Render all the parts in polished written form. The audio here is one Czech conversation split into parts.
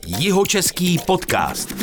Jihočeský podcast.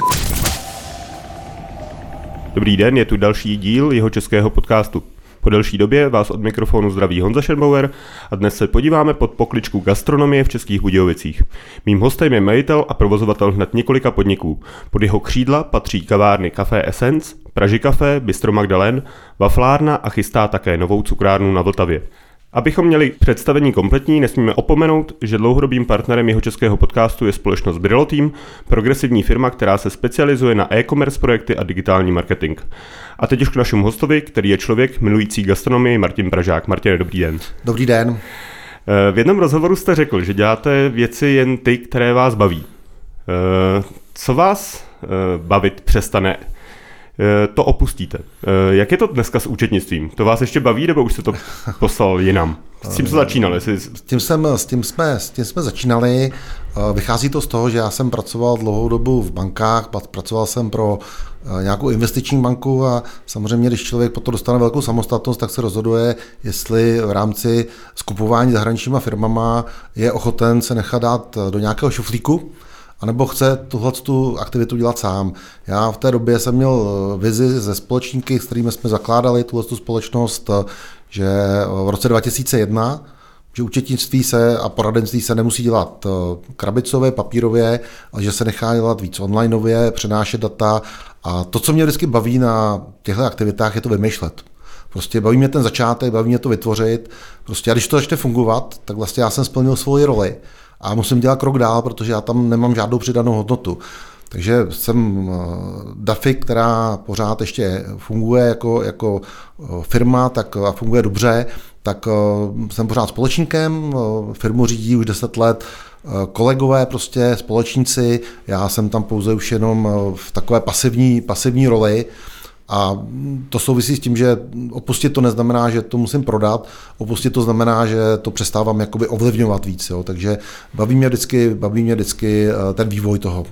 Dobrý den, je tu další díl Jihočeského podcastu. Po delší době vás od mikrofonu zdraví Honza Schönbauer a dnes se podíváme pod pokličku gastronomie v Českých Budějovicích. Mým hostem je majitel a provozovatel hned několika podniků. Pod jeho křídla patří kavárny Café Essence, Praži Café, Bistro Magdalén, Waflárna a chystá také novou cukrárnu na Vltavě. Abychom měli představení kompletní, nesmíme opomenout, že dlouhodobým partnerem Jihočeského podcastu je společnost Brillo Team, progresivní firma, která se specializuje na e-commerce projekty a digitální marketing. A teď už k našemu hostovi, který je člověk milující gastronomii, Martin Pražák. Martine, dobrý den. Dobrý den. V jednom rozhovoru jste řekl, že děláte věci jen ty, které vás baví. Co vás bavit přestane, to opustíte. Jak je to dneska s účetnictvím? To vás ještě baví, nebo už se to poslal jinam? S tím se začínali? S tím jsme začínali. Vychází to z toho, že já jsem pracoval dlouhou dobu v bankách, pracoval jsem pro nějakou investiční banku a samozřejmě, když člověk potom dostane velkou samostatnost, tak se rozhoduje, jestli v rámci skupování zahraničníma firmama je ochoten se nechat dát do nějakého šuflíku, anebo chce tu aktivitu dělat sám. Já v té době jsem měl vizi ze společníky, s kterými jsme zakládali tu společnost, že v roce 2001, že účetnictví a poradenství se nemusí dělat krabicově, papírově, ale že se nechá dělat víc onlineově, přenášet data. A to, co mě vždycky baví na těchto aktivitách, je to vymýšlet. Prostě baví mě ten začátek, baví mě to vytvořit. Prostě a když to začne fungovat, tak vlastně já jsem splnil svoji roli. A musím dělat krok dál, protože já tam nemám žádnou přidanou hodnotu. Takže jsem DAFI, která pořád ještě funguje jako firma, tak a funguje dobře, tak jsem pořád společníkem, firmu řídí už 10 let kolegové, prostě společníci, já jsem tam pouze už jenom v takové pasivní roli. A to souvisí s tím, že opustit to neznamená, že to musím prodat, opustit to znamená, že to přestávám jakoby ovlivňovat víc, jo. Takže baví mě vždycky ten vývoj toho,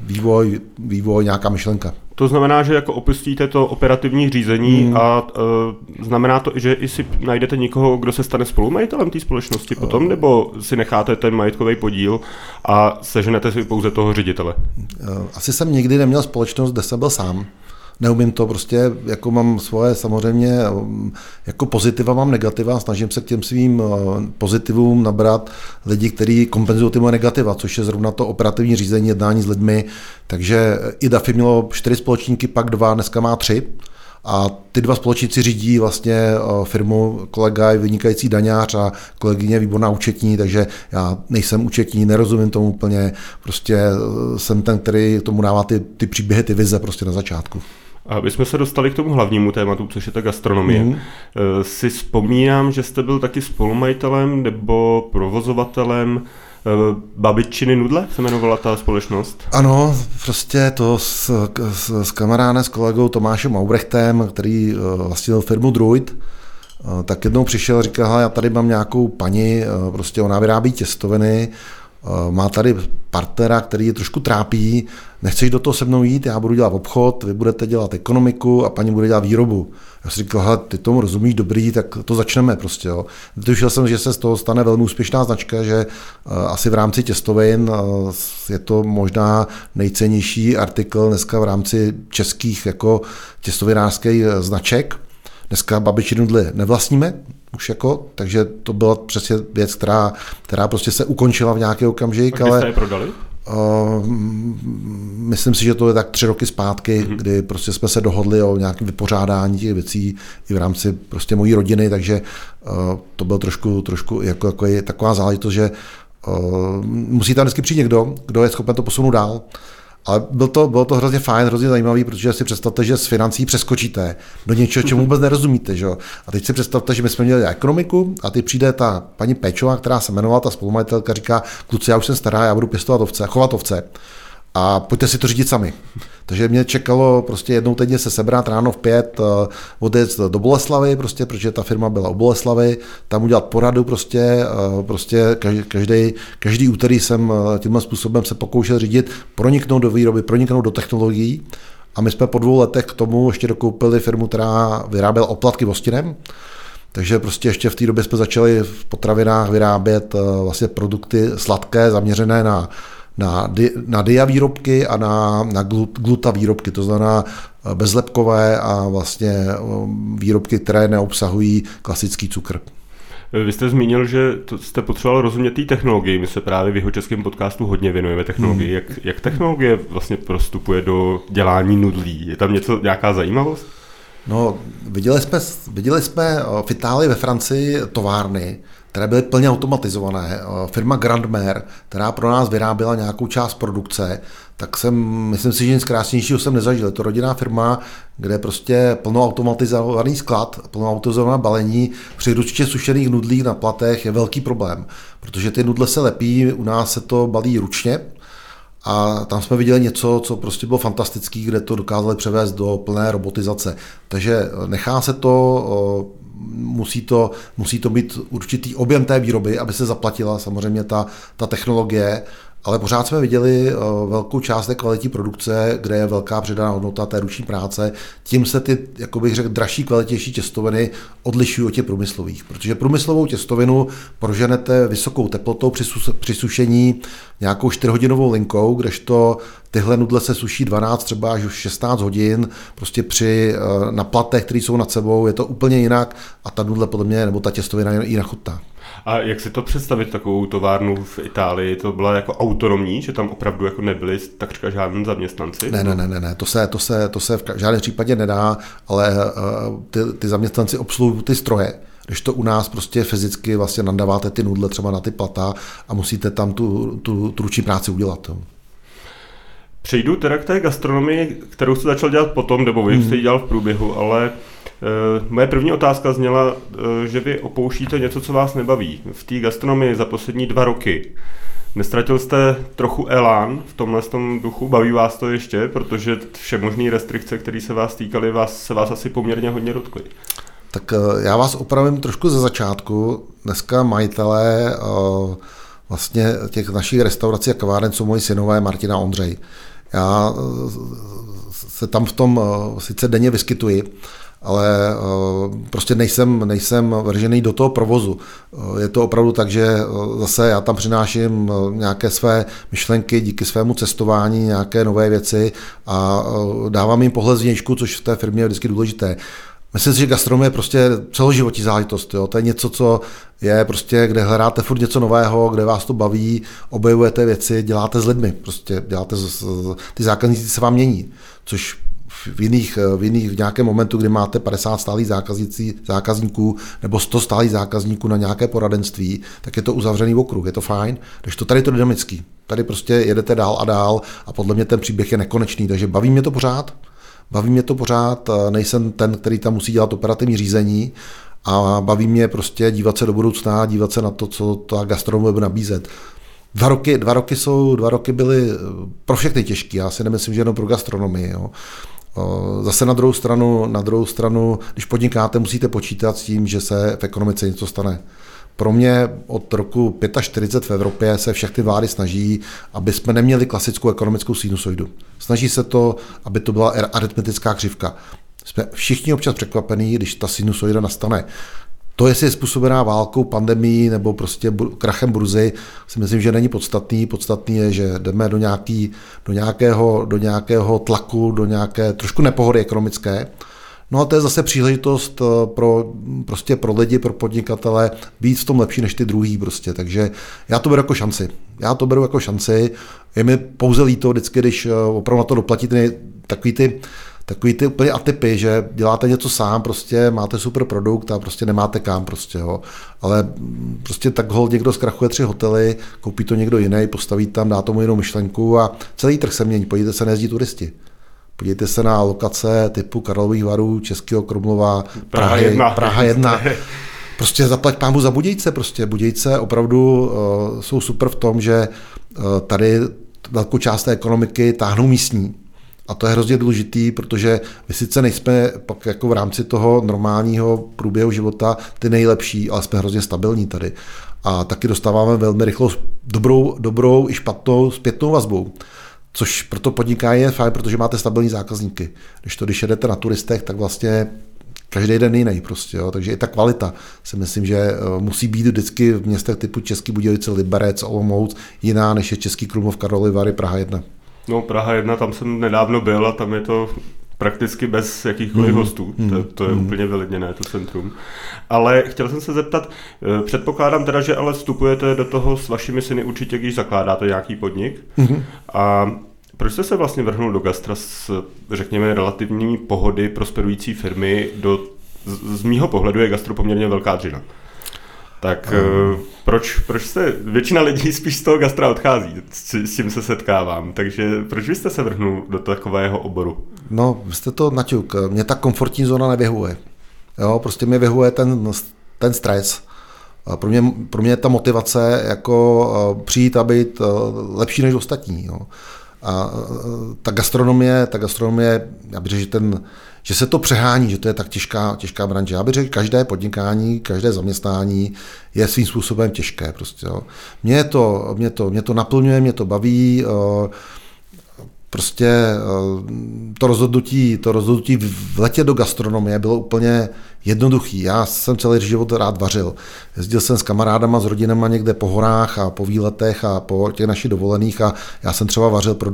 vývoj nějaká myšlenka. To znamená, že jako opustíte to operativní řízení a znamená to, že i si najdete někoho, kdo se stane spolumajitelem té společnosti potom, nebo si necháte ten majetkový podíl a seženete si pouze toho ředitele? Asi jsem nikdy neměl společnost, kde jsem byl sám. Neumím to, prostě jako mám svoje samozřejmě jako pozitiva, mám negativa, snažím se k těm svým pozitivům nabrat lidi, kteří kompenzují ty moje negativa, což je zrovna to operativní řízení, jednání s lidmi. Takže i DAFI mělo 4 společníky, pak 2, dneska má 3. A ty 2 společníci řídí vlastně firmu, kolega je vynikající daňář a kolegyně výborná účetní, takže já nejsem účetní, nerozumím tomu úplně, prostě jsem ten, který tomu dává ty příběhy, ty vize prostě na začátku. Aby jsme se dostali k tomu hlavnímu tématu, což je ta gastronomie. Si vzpomínám, že jste byl taky spolumajitelem nebo provozovatelem Babičiny nudle, se jmenovala ta společnost? Ano, prostě to s kamarádem, s kolegou Tomášem Aubrechtem, který vlastnil firmu Druid, tak jednou přišel a říkal, já tady mám nějakou paní, prostě ona vyrábí těstoviny, má tady partnera, který je trošku trápí, nechceš do toho se mnou jít, já budu dělat obchod, vy budete dělat ekonomiku a paní bude dělat výrobu. Já si říkal, ty tomu rozumíš, dobrý, tak to začneme prostě. Jo. Tušil jsem, že se z toho stane velmi úspěšná značka, že asi v rámci těstovin je to možná nejcennější artikl dneska v rámci českých jako těstovinářských značek. Dneska Babičiny nudle nevlastníme už jako, takže to byla přesně věc, která prostě se ukončila v nějaký okamžik. A kdy jste je prodali? Myslím si, že to je tak 3 roky zpátky, kdy prostě jsme se dohodli o nějakém vypořádání těch věcí i v rámci prostě mojí rodiny, takže to byl trošku jako je taková záležitost, že musí tam vždycky přijít někdo, kdo je schopen to posunout dál. Ale bylo to hrozně fajn, hrozně zajímavý, protože si představte, že s financí přeskočíte do něčeho, čemu vůbec nerozumíte. Že? A teď si představte, že my jsme měli ekonomiku a teď přijde ta paní Péčová, která se jmenovala, ta spolumajitelka, říká, kluci, já už jsem stará, já budu pěstovat ovce, chovat ovce. A pojďte si to řídit sami. Takže mě čekalo prostě jednou týdně se sebrat ráno v 5, odjet do Boleslavy, prostě, protože ta firma byla u Boleslavy, tam udělat poradu, prostě každý úterý jsem tímhle způsobem se pokoušel řídit, proniknout do výroby, proniknout do technologií. A my jsme po 2 letech k tomu ještě dokoupili firmu, která vyráběla oplatky vostinem. Takže prostě ještě v té době jsme začali v potravinách vyrábět vlastně produkty sladké, zaměřené na dia výrobky a na gluta výrobky, to znamená bezlepkové a vlastně výrobky, které neobsahují klasický cukr. Vy jste zmínil, že jste potřeboval rozumět té technologii. My se právě v Jihočeském podcastu hodně věnujeme technologii. Jak technologie vlastně prostupuje do dělání nudlí? Je tam nějaká zajímavost? No, viděli jsme v Itálii, ve Francii továrny, které byly plně automatizované. Firma Grandmer, která pro nás vyráběla nějakou část produkce, tak myslím si, že nic krásnějšího jsem nezažil. Je to rodinná firma, kde je prostě plno automatizovaný sklad, plno automatizované balení. Při ručně sušených nudlích na platech je velký problém, protože ty nudle se lepí, u nás se to balí ručně. A tam jsme viděli něco, co prostě bylo fantastické, kde to dokázali převést do plné robotizace. Takže nechá se to, musí to být určitý objem té výroby, aby se zaplatila samozřejmě ta technologie, ale pořád jsme viděli velkou část té kvalitní produkce, kde je velká přidaná hodnota té ruční práce. Tím se ty, jako bych řekl, dražší, kvalitější těstoviny odlišují od těch průmyslových, protože průmyslovou těstovinu proženete vysokou teplotou při sušení nějakou 4hodinovou linkou, kdežto tyhle nudle se suší 12 třeba až 16 hodin, prostě na platech, které jsou nad sebou, je to úplně jinak a ta nudle podle mě, nebo ta těstovina je jinak chutná. A jak si to představit, takovou továrnu v Itálii? To byla jako autonomní, že tam opravdu jako nebyli takřka žádní zaměstnanci? Ne, to se v žádném případě nedá, ale ty zaměstnanci obsluhují ty stroje, když to u nás prostě fyzicky vlastně nadáváte ty nudle třeba na ty plata a musíte tam tu ruční práci udělat. Přejdu teda k té gastronomii, kterou jste začal dělat potom, nebo vy jste ji dělal v průběhu, ale moje první otázka zněla, že vy opouštíte něco, co vás nebaví. V té gastronomii za poslední 2 roky. Nestratil jste trochu elán v tomhle duchu? Baví vás to ještě? Protože všemožné restrikce, které se vás týkaly, se vás asi poměrně hodně dotkly. Tak já vás opravím trošku ze začátku. Dneska majitelé vlastně těch našich restaurací a kaváren jsou moji synové Martina a Ondřej. Já se tam v tom sice denně vyskytuji, ale prostě nejsem vržený do toho provozu. Je to opravdu tak, že zase já tam přináším nějaké své myšlenky díky svému cestování, nějaké nové věci a dávám jim pohled zvnějšku, což v té firmě je vždycky důležité. Myslím si, že gastronomie je prostě celoživotní záležitost. Jo? To je něco, co je prostě, kde hledáte furt něco nového, kde vás to baví, objevujete věci, děláte s lidmi. Prostě ty zákazníci se vám mění, což v nějakém momentu, kdy máte 50 stálých zákazníků nebo 100 stálých zákazníků na nějaké poradenství, tak je to uzavřený okruh, je to fajn. Když to tady je to dynamický. Tady prostě jedete dál a dál a podle mě ten příběh je nekonečný, takže baví mě to pořád, nejsem ten, který tam musí dělat operativní řízení a baví mě prostě dívat se do budoucna, dívat se na to, co ta gastronomie bude nabízet. 2 roky byly pro všechny těžký, já si nemyslím, že jenom pro gastronomii. Jo. Zase na druhou stranu, když podnikáte, musíte počítat s tím, že se v ekonomice něco stane. Pro mě od roku 45 v Evropě se všechny vlády snaží, aby jsme neměli klasickou ekonomickou sinusoidu. Snaží se to, aby to byla aritmetická křivka. Jsme všichni občas překvapení, když ta sinusoida nastane. To, jestli je způsobená válkou, pandemií nebo prostě krachem burzy, si myslím, že není podstatný. Podstatný je, že jdeme do nějakého tlaku, do nějaké trošku nepohody ekonomické. No a to je zase příležitost pro lidi, pro podnikatele být v tom lepší než ty druhý prostě. Takže já to beru jako šanci. Je mi pouze líto vždycky, když opravdu na to doplatíte takový ty úplně atypy, že děláte něco sám, prostě máte super produkt a prostě nemáte kam prostě, jo. Ale prostě tak někdo zkrachuje 3 hotely, koupí to někdo jiný, postaví tam, dá tomu jinou myšlenku a celý trh se mění. Podívejte se, nejezdí turisti. Podívejte se na lokace typu Karlových Varů, Českého Krumlova, Praha 1. Prostě zaplať pánbu za Budějce, prostě Budějce opravdu jsou super v tom, že tady velkou část té ekonomiky táhnou místní. A to je hrozně důležitý, protože my sice nejsme pak jako v rámci toho normálního průběhu života ty nejlepší, ale jsme hrozně stabilní tady. A taky dostáváme velmi rychlou dobrou i špatnou zpětnou vazbu. Což pro to podnikání je fajn, protože máte stabilní zákazníky. Když jedete na turistech, tak vlastně každý den jiný prostě, jo. Takže i ta kvalita si myslím, že musí být vždycky v městech typu Český Budějovice, Liberec, Olomouc jiná, než je Český Krumlov, Karlovy Vary, Praha 1. No Praha 1, tam jsem nedávno byl a tam je to prakticky bez jakýchkoliv hostů. To je úplně vylidněné, to centrum. Ale chtěl jsem se zeptat, předpokládám teda, že ale vstupujete do toho s vašimi syny určitě, když zakládáte nějaký podnik. A proč jste se vlastně vrhnul do gastra z, řekněme, relativní pohody prosperující firmy z mýho pohledu je gastro poměrně velká dřina. Tak proč se, většina lidí spíš z toho gastra odchází, s tím se setkávám, takže proč byste se vrhnul do takového oboru? No, jste to naťuk, mě ta komfortní zóna nevyhovuje. Jo, prostě mě vyhovuje ten stres. Pro mě je ta motivace jako přijít a být lepší než ostatní. Jo. A ta gastronomie, já bych řekl, že se to přehání, že to je tak těžká branže. Já bych řekl, každé podnikání, každé zaměstnání je svým způsobem těžké. Prostě, jo. Mě to naplňuje, mě to baví. Prostě to rozhodnutí vletět do gastronomie bylo úplně jednoduchý. Já jsem celý život rád vařil. Jezdil jsem s kamarádama, s rodinama někde po horách a po výletech a po těch našich dovolených a já jsem třeba vařil pro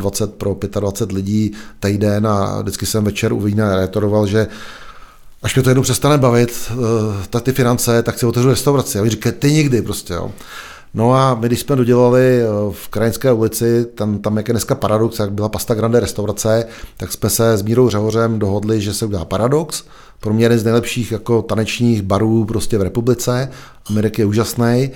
25 lidí týden a vždycky jsem večer u vína retoroval, že až mě to jednou přestane bavit, ty finance, tak si otevřu restauraci. A mi říkají, ty nikdy prostě, jo. No a my, když jsme dodělali v Krajinské ulici, tam jak je dneska Paradox, jak byla Pasta Grande restaurace, tak jsme se s Mírou Řehořem dohodli, že se udělá Paradox. Pro mě jeden z nejlepších jako tanečních barů prostě v republice. Amerik je úžasný.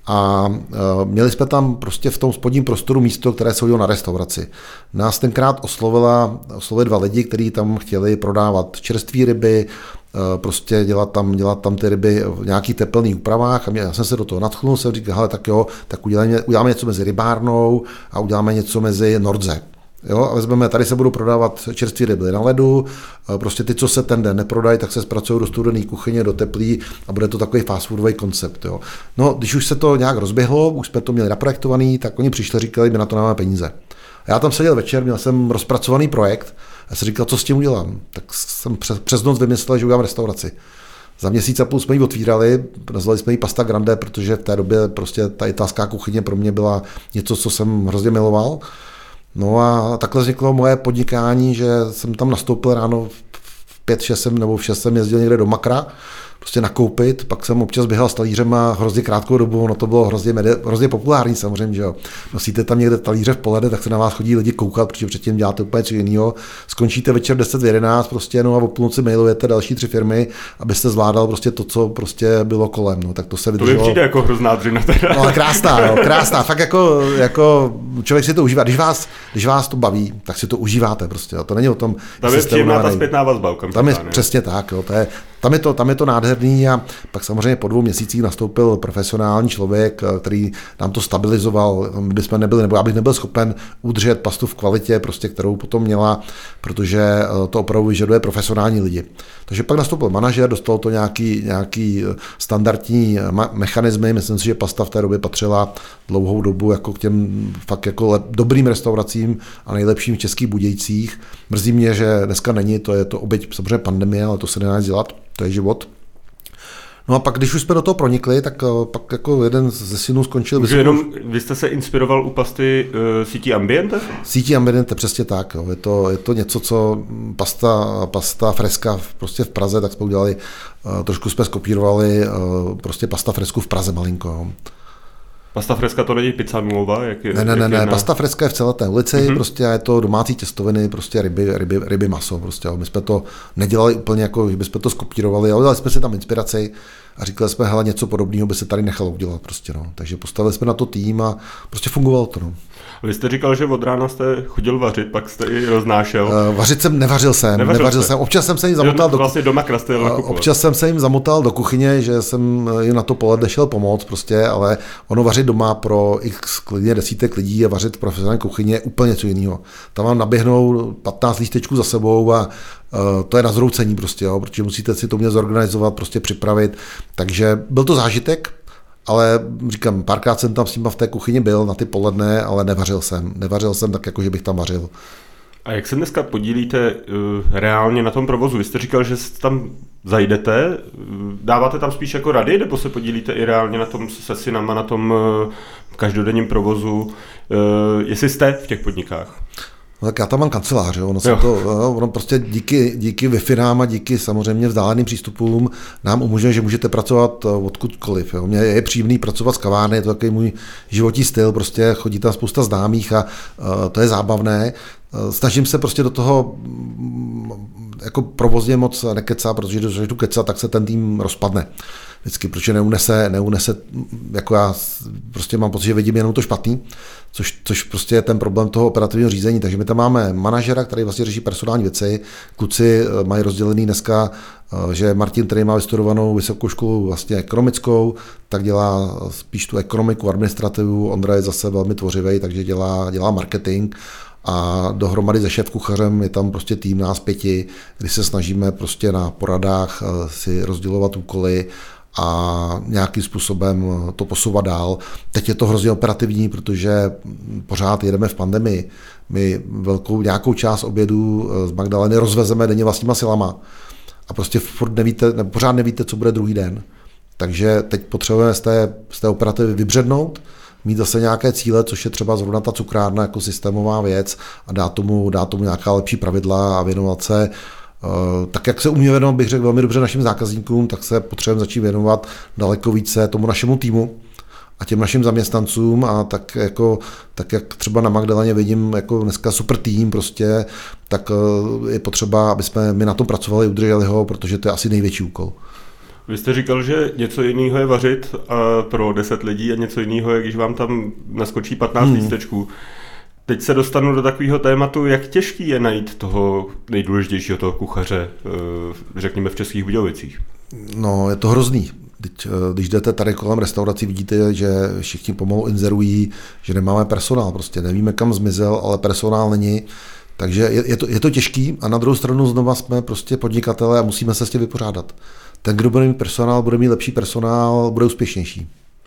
A měli jsme tam prostě v tom spodním prostoru místo, které se hodilo na restauraci. Nás tenkrát oslovili 2 lidi, kteří tam chtěli prodávat čerstvé ryby, prostě dělat tam ty ryby v nějakých teplných úpravách a já jsem se do toho nadchnul, jsem říkal, hele, tak jo, tak uděláme něco mezi rybárnou a uděláme něco mezi Nordze. Jo, a vezmeme, tady se budou prodávat čerstvé ryby na ledu, prostě ty, co se ten den neprodají, tak se zpracují do studené kuchyně, do teplý a bude to takový fast foodový koncept. Jo. No, když už se to nějak rozběhlo, už jsme to měli naprojektovaný, tak oni přišli, říkali, my na to nemáme peníze. A já tam seděl večer, měl jsem rozpracovaný projekt a jsem říkal, co s tím udělám. Tak jsem přes noc vymyslel, že udělám restauraci. Za měsíc a půl jsme ji otvírali, nazvali jsme ji Pasta Grande, protože v té době prostě ta italská kuchyně pro mě byla něco, co jsem hrozně miloval. No a takhle vzniklo moje podnikání, že jsem tam nastoupil ráno v 5-6 nebo v 6 jsem jezdil někde do Makra, prostě nakoupit, pak jsem občas běhal s talířema hrozně krátkou dobu, no to bylo hrozně populární samozřejmě, že jo. Nosíte tam někde talíře v poledne, tak se na vás chodí lidi koukat, protože předtím děláte úplně něco jiného. Skončíte večer 10-11 prostě, no a o půlnoci mailujete další 3 firmy, abyste zvládal prostě to, co prostě bylo kolem, no tak to se vydrželo. To mi přijde jako hrozná dřina teda. No krásná, fakt jako člověk si to užívá, když vás to baví, tak si to užíváte prostě, jo. To není o tom, tam je příjemná ta zpětná vazba. Tam je přesně tak, jo, tam je to nádherný a pak samozřejmě po 2 měsících nastoupil profesionální člověk, který nám to stabilizoval, my bychom nebyli, nebo já bych nebyl schopen udržet pastu v kvalitě, prostě, kterou potom měla, protože to opravdu vyžaduje profesionální lidi. Takže pak nastoupil manažer, dostal to nějaký standardní mechanismy, myslím si, že pasta v té době patřila dlouhou dobu jako k těm fakt jako dobrým restauracím a nejlepším v Českých Budějcích. Mrzí mě, že dneska není, to je to oběť samozřejmě pandemie, ale to se nedá dělat. To je život. No a pak, když už jsme do toho pronikli, tak pak jako jeden ze synů skončil... Vy jste se inspiroval u pasty sítí Ambiente? Sítí Ambiente, přesně tak. Jo. Je to něco, co pasta freska prostě v Praze, tak jsme udělali, trošku jsme skopírovali prostě pasta fresku v Praze malinko. Jo. Pasta freska to není pizza nulová? Ne, pasta freska je v celé té ulici, prostě je to domácí těstoviny, prostě ryby maso. Prostě, my jsme to nedělali úplně jako, že bychom to skopírovali, ale dali jsme si tam inspiraci a říkali jsme, hele, něco podobného by se tady nechalo udělat. Prostě, no. Takže postavili jsme na to tým a prostě fungovalo to. No. Vy jste říkal, že od rána jste chodil vařit, pak jste i roznášel. Nevařil jsem. Občas jsem se jim zamotal Občas jsem se jim zamotal do kuchyně, že jsem jim na to poledne šel pomoct, prostě, ale ono vařit doma pro x klidně desítek lidí a vařit v profesionální kuchyni je úplně něco jiného. Tam vám naběhnou 15 lístečků za sebou a to je na zroucení prostě, jo, protože musíte si to umět zorganizovat, prostě připravit. Takže byl to zážitek. Ale říkám, párkrát jsem tam s nima v té kuchyni byl na ty poledne, ale nevařil jsem tak, jako že bych tam vařil. A jak se dneska podílíte reálně na tom provozu? Vy jste říkal, že tam zajdete, dáváte tam spíš jako rady, nebo se podílíte i reálně na tom se synama, na tom každodenním provozu, jestli jste v těch podnikách? No tak já tam mám kancelář, jo. Ono prostě díky Wi-Fi a díky samozřejmě vzdáleným přístupům nám umožňuje, že můžete pracovat odkudkoliv. Jo. Mně je příjemný pracovat z kavárny, je to takový můj životní styl, prostě chodí tam spousta známých a to je zábavné. Snažím se prostě do toho jako provozně moc nekecat, protože když jdu kecat, tak se ten tým rozpadne. Vždycky, protože neunese, jako já prostě mám pocit, že vidím jenom to špatný, což prostě je ten problém toho operativního řízení. Takže my tam máme manažera, který vlastně řeší personální věci. Kluci mají rozdělený dneska, že Martin, který má vystudovanou vysokou školu vlastně ekonomickou, tak dělá spíš tu ekonomiku, administrativu. Ondra je zase velmi tvořivý, takže dělá marketing. A dohromady se šéfkuchařem je tam prostě tým nás 5, kdy se snažíme prostě na poradách si rozdělovat úkoly a nějakým způsobem to posouvat dál. Teď je to hrozně operativní, protože pořád jedeme v pandemii. My nějakou část obědů z Magdaleny rozvezeme denně vlastníma silama a prostě pořád nevíte, co bude druhý den. Takže teď potřebujeme z té operativy vybřednout, mít zase nějaké cíle, což je třeba zrovna ta cukrárna jako systémová věc a dát tomu nějaká lepší pravidla a věnovat se tak, jak se umí věnovat, bych řekl velmi dobře našim zákazníkům, tak se potřebujeme začít věnovat daleko více tomu našemu týmu a těm našim zaměstnancům a tak jak třeba na Magdaleně vidím jako dneska super tým prostě, tak je potřeba, aby jsme my na tom pracovali, udrželi ho, protože to je asi největší úkol. Vy jste říkal, že něco jiného je vařit pro 10 lidí a něco jiného je, když vám tam naskočí 15 lístečků. Teď se dostanu do takového tématu, jak těžký je najít toho nejdůležitějšího toho kuchaře, řekněme v Českých Budějovicích. No, je to hrozný. Když jdete tady kolem restaurací, vidíte, že všichni pomalu inzerují, že nemáme personál, prostě nevíme, kam zmizel, ale personál není. Takže je to těžký a na druhou stranu znova jsme prostě podnikatelé a musíme se s tím vypořádat. Ten, kdo bude mít personál, bude mít lepší personál, bude úspěšnější.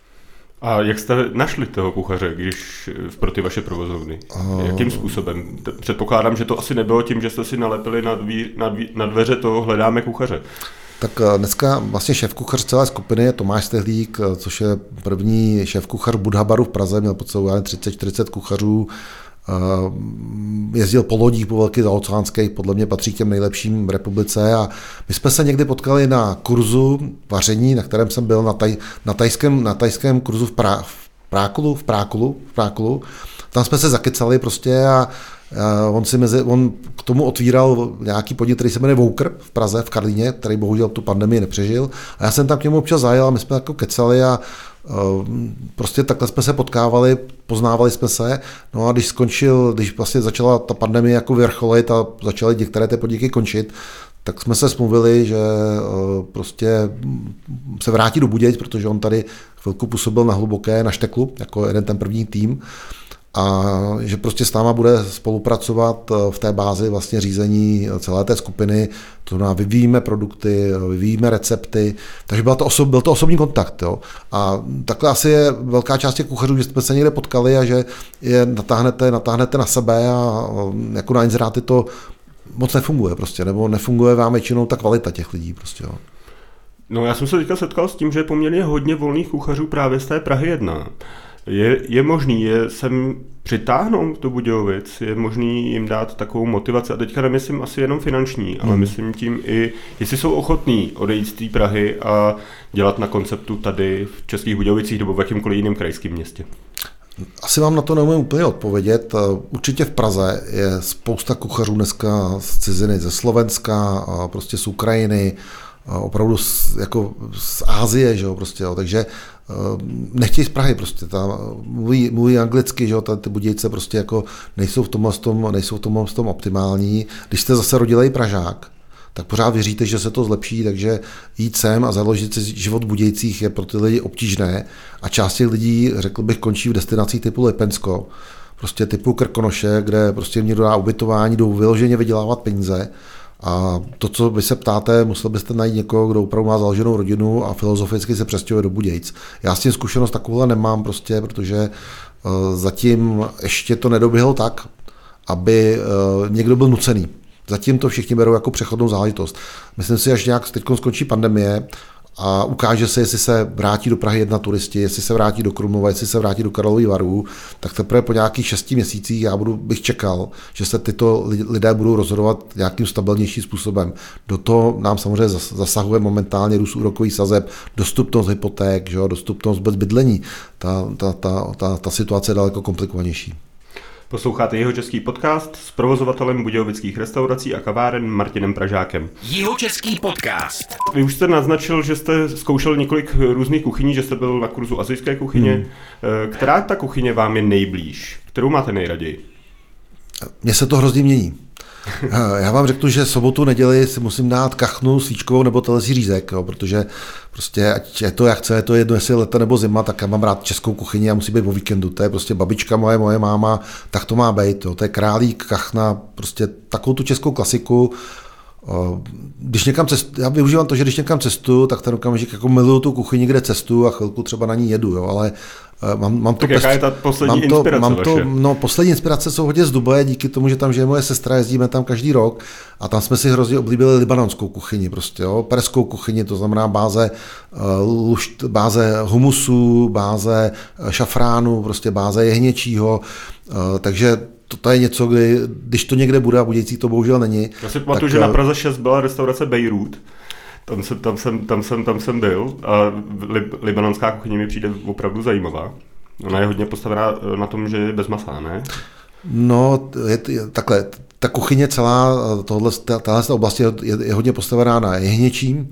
A jak jste našli toho kuchaře, když pro ty vaše provozovny? Jakým způsobem? Předpokládám, že to asi nebylo tím, že jste si nalepili na dveře to hledáme kuchaře. Tak dneska vlastně šéfkuchař celé skupiny je Tomáš Stehlík, což je první šéfkuchař Budhabaru v Praze, měl pod sebou 30-40 kuchařů, jezdil po lodích, po velkých zaoceánských, podle mě patří k těm nejlepším v republice a my jsme se někdy potkali na kurzu vaření, na kterém jsem byl na tajském kurzu v Prákulu. Tam jsme se zakecali prostě a on k tomu otvíral nějaký podnik, který se jmenuje Woker v Praze, v Karlíně, který bohužel tu pandemii nepřežil. A já jsem tam k němu občas zajel a my jsme jako kecali a prostě takhle jsme se potkávali, poznávali jsme se. No a když vlastně začala ta pandemie jako vrcholit a začaly některé ty podniky končit, tak jsme se smluvili, že prostě se vrátí do Budějic, protože on tady chvilku působil na Hluboké, na Šteklu, jako jeden ten první tým. A že prostě s náma bude spolupracovat v té bázi vlastně řízení celé té skupiny, to znamená vyvíjíme produkty, vyvíjíme recepty, takže byl to osobní kontakt. Jo. A takhle asi je velká část těch kuchařů, že jsme se někde potkali a že je natáhnete na sebe a jako na inzeráty to moc nefunguje prostě, nebo nefunguje vám většinou ta kvalita těch lidí prostě. Jo. No já jsem se teďka setkal s tím, že je poměrně hodně volných kuchařů právě z té Prahy 1. Je možný je sem přitáhnout do Budějovic, je možný jim dát takovou motivaci a teďka nemyslím asi jenom finanční, ale myslím tím i, jestli jsou ochotní odejít z té Prahy a dělat na konceptu tady v Českých Budějovicích nebo v jakýmkoliv jiném krajském městě. Asi vám na to neumím úplně odpovědět. Určitě v Praze je spousta kuchařů dneska z ciziny, ze Slovenska, prostě z Ukrajiny, opravdu z Asie, že jo, prostě, jo. Takže nechtějí z Prahy prostě, mluví anglicky, že jo, ty Budějce prostě jako nejsou v tom optimální. Když jste zase rodilej Pražák, tak pořád věříte, že se to zlepší, takže jít sem a založit si život v Budějcích je pro ty lidi obtížné a část těch lidí, řekl bych, končí v destinacích typu Lipensko, prostě typu Krkonoše, kde prostě jim někdo dá ubytování, jdou vyloženě vydělávat peníze. A to, co vy se ptáte, musel byste najít někoho, kdo opravdu má založenou rodinu a filozoficky se přestěhuje do Budějic. Já s tím zkušenost takovouhle nemám prostě, protože zatím ještě to nedoběhlo tak, aby někdo byl nucený. Zatím to všichni berou jako přechodnou záležitost. Myslím si, až nějak teď skončí pandemie a ukáže se, jestli se vrátí do Prahy 1 turisti, jestli se vrátí do Krumlova, jestli se vrátí do Karlových Varů, tak teprve po nějakých 6 měsících bych čekal, že se tyto lidé budou rozhodovat nějakým stabilnějším způsobem. Do toho nám samozřejmě zasahuje momentálně růst úrokových sazeb, dostupnost hypoték, že jo, dostupnost bez bydlení. Ta situace je daleko komplikovanější. Posloucháte Jihočeský podcast s provozovatelem budějovických restaurací a kaváren Martinem Pražákem. Jihočeský podcast. Vy už jste naznačil, že jste zkoušel několik různých kuchyní, že jste byl na kurzu asijské kuchyně. Která ta kuchyně vám je nejblíž? Kterou máte nejraději? Mně se to hrozně mění. Já vám řeknu, že sobotu, neděli si musím dát kachnu, svíčkovou nebo telezí řízek, jo, protože prostě ať je to jak chce, je to jedno, jestli je léto nebo zima, tak já mám rád českou kuchyni a musí být o víkendu. To je prostě babička moje máma, tak to má být. Jo. To je králík, kachna, prostě takovou tu českou klasiku. Když někam já využívám to, že když někam cestuju, tak ten okamžik jako miluju tu kuchyni, kde cestuju a chvilku třeba na ní jedu, jo, ale mám to... Tak jaká je ta poslední inspirace vaše? No, poslední inspirace jsou hodně z Dubaje, díky tomu, že tam žije moje sestra, jezdíme tam každý rok a tam jsme si hrozně oblíbili libanonskou kuchyni, prostě, jo, perskou kuchyni, to znamená báze humusu, báze šafránu, prostě báze jehněčího, takže to je něco, když to někde bude a Budějcí to bohužel není. Já si pamatuju, že na Praze 6 byla restaurace Bejrút. Tam jsem byl a libanonská kuchyně mi přijde opravdu zajímavá. Ona je hodně postavená na tom, že je bez masa, ne? No, takhle. Ta kuchyně celá, tahle oblasti je hodně postavená na jehněčím,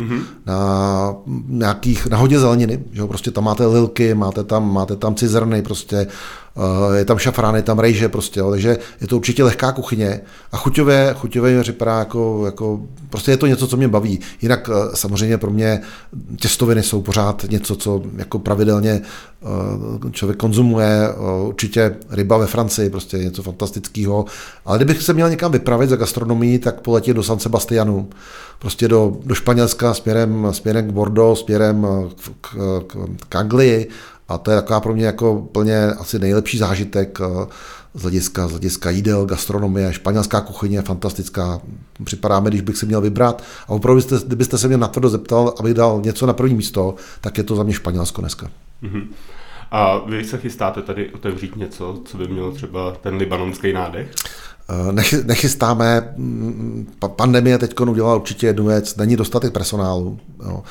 na hodně zeleniny, že prostě tam máte lilky, máte tam cizrny, prostě je tam šafrán, je tam rejže, prostě, jo, takže je to určitě lehká kuchyně a chuťově mi připadá jako prostě je to něco, co mě baví. Jinak samozřejmě pro mě těstoviny jsou pořád něco, co jako pravidelně člověk konzumuje, určitě ryba ve Francii, prostě něco fantastického, ale kdybych se měl někam vypravit za gastronomii, tak poletím do San Sebastianu, prostě do Španělska směrem k Bordeaux, směrem k Anglii. A to je taková pro mě jako plně asi nejlepší zážitek z hlediska jídel, gastronomie, španělská kuchyně je fantastická. Připadá mi, když bych si měl vybrat. A opravdu, kdybyste se mě na to zeptal, abych dal něco na první místo, tak je to za mě Španělsko dneska. Mm-hmm. A vy se chystáte tady otevřít něco, co by mělo třeba ten libanonský nádech? Nechystáme. Pandemie teď udělala určitě jednu věc, není dostatek personálu. Jo.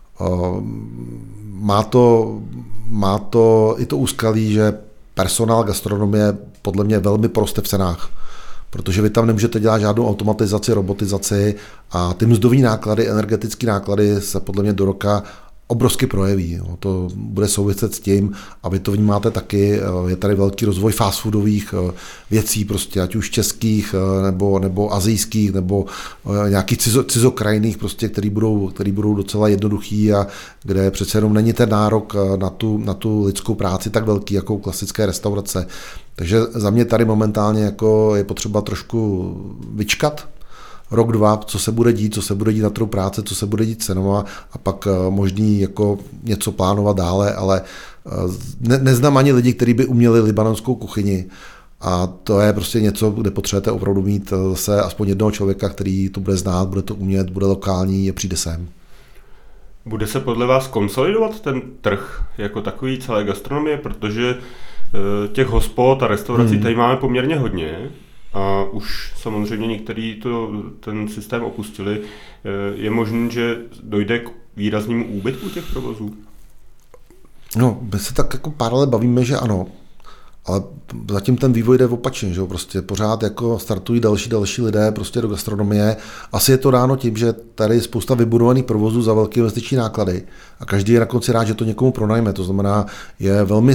Má to i to úskalí, že personál gastronomie podle mě velmi poroste v cenách, protože vy tam nemůžete dělat žádnou automatizaci, robotizaci a ty mzdové náklady, energetické náklady se podle mě do roka obrovsky projeví. Jo. To bude souviset s tím, a vy to vnímáte taky, je tady velký rozvoj fast foodových věcí, prostě, ať už českých, nebo asijských, nebo nějakých cizokrajných, prostě, který budou docela jednoduchý a kde přece jenom není ten nárok na tu lidskou práci tak velký, jako klasické restaurace. Takže za mě tady momentálně jako je potřeba trošku vyčkat, rok, dva, co se bude dít na trhu práce, co se bude dít cenová a pak možný jako něco plánovat dále, ale neznám ani lidi, kteří by uměli libanonskou kuchyni a to je prostě něco, kde potřebujete opravdu mít zase aspoň jednoho člověka, který to bude znát, bude to umět, bude lokální a přijde sem. Bude se podle vás konsolidovat ten trh jako takový celé gastronomie, protože těch hospod a restaurací tady máme poměrně hodně. A už samozřejmě někteří ten systém opustili. Je možné, že dojde k výraznému úbytku těch provozů? No, my se tak jako pár let bavíme, že ano, ale zatím ten vývoj jde opačně, že prostě pořád jako startují další lidé prostě do gastronomie. Asi je to dáno tím, že tady je spousta vybudovaných provozů za velké investiční náklady a každý je na konci rád, že to někomu pronajme. To znamená, je velmi